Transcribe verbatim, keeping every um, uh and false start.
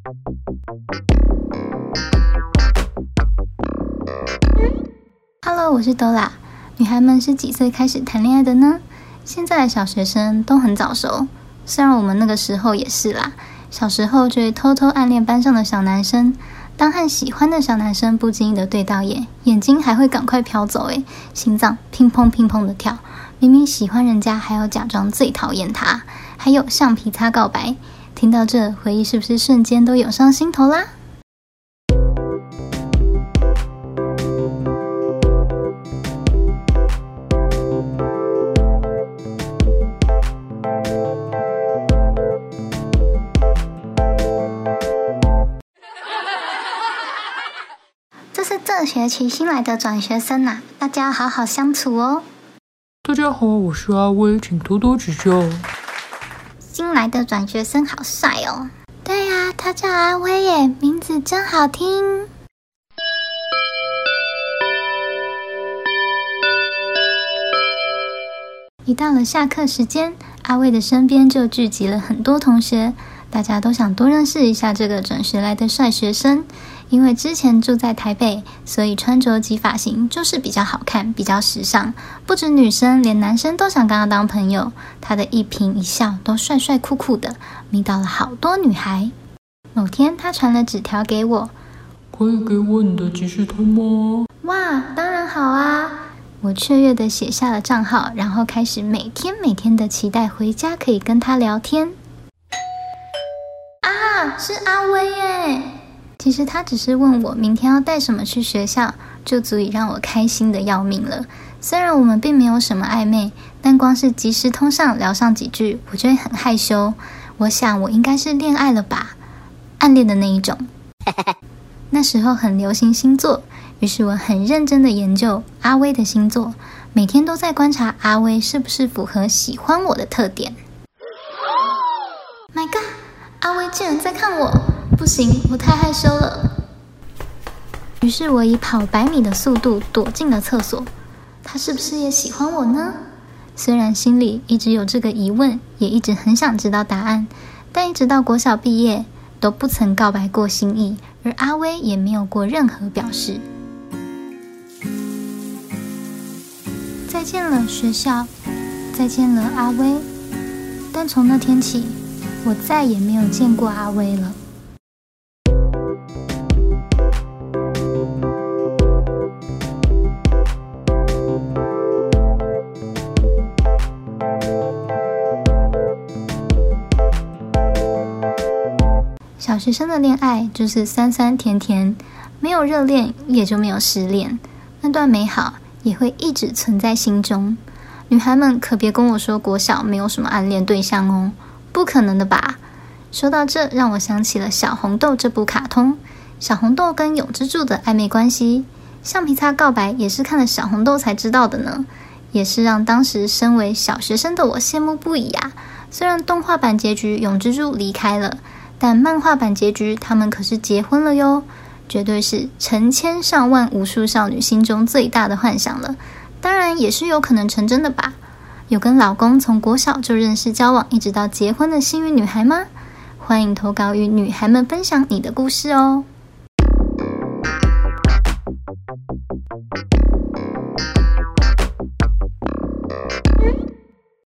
Hello， 我是 Dola。女孩们是几岁开始谈恋爱的呢？现在的小学生都很早熟，虽然我们那个时候也是啦。小时候就会偷偷暗恋班上的小男生，当和喜欢的小男生不经意的对到眼，眼睛还会赶快飘走，诶，心脏乒砰乒砰的跳。明明喜欢人家，还要假装最讨厌他。还有橡皮擦告白，听到这，回忆是不是瞬间都涌上心头啦？这是这学期新来的转学生啊，大家要好好相处哦。 大家好，我是阿威，请多多指教。 新来的转学生好帅哦。对呀、啊，他叫阿威耶，名字真好听。一到了下课时间，阿威的身边就聚集了很多同学，大家都想多认识一下这个转学来的帅学生。因为之前住在台北，所以穿着及发型就是比较好看，比较时尚。不止女生，连男生都想跟他当朋友。他的一颦一笑都帅帅酷酷的，迷倒了好多女孩。某天，他传了纸条给我， 可以给我你的即时通吗？ 哇，当然好啊！我雀跃地写下了账号，然后开始每天每天的期待回家可以跟他聊天。啊，是阿威耶！其实他只是问我明天要带什么去学校，就足以让我开心的要命了。虽然我们并没有什么暧昧，但光是即时通上聊上几句，我就会很害羞。我想我应该是恋爱了吧，暗恋的那一种。那时候很流行星座，于是我很认真的研究阿威的星座，每天都在观察阿威是不是符合喜欢我的特点。My God， 阿威竟然在看我！不行，我太害羞了。于是我以跑百米的速度躲进了厕所。他是不是也喜欢我呢？虽然心里一直有这个疑问，也一直很想知道答案，但一直到国小毕业都不曾告白过心意，而阿威也没有过任何表示。再见了学校，再见了阿威。但从那天起，我再也没有见过阿威了。小学生的恋爱就是酸酸甜甜，没有热恋也就没有失恋，那段美好也会一直存在心中。女孩们可别跟我说国小没有什么暗恋对象哦，不可能的吧？说到这，让我想起了小红豆这部卡通，小红豆跟永之助的暧昧关系，橡皮擦告白也是看了小红豆才知道的呢，也是让当时身为小学生的我羡慕不已啊。虽然动画版结局永之助离开了，但漫画版结局他们可是结婚了哟，绝对是成千上万无数少女心中最大的幻想了，当然也是有可能成真的吧。有跟老公从国小就认识交往一直到结婚的幸运女孩吗？欢迎投稿与女孩们分享你的故事哦。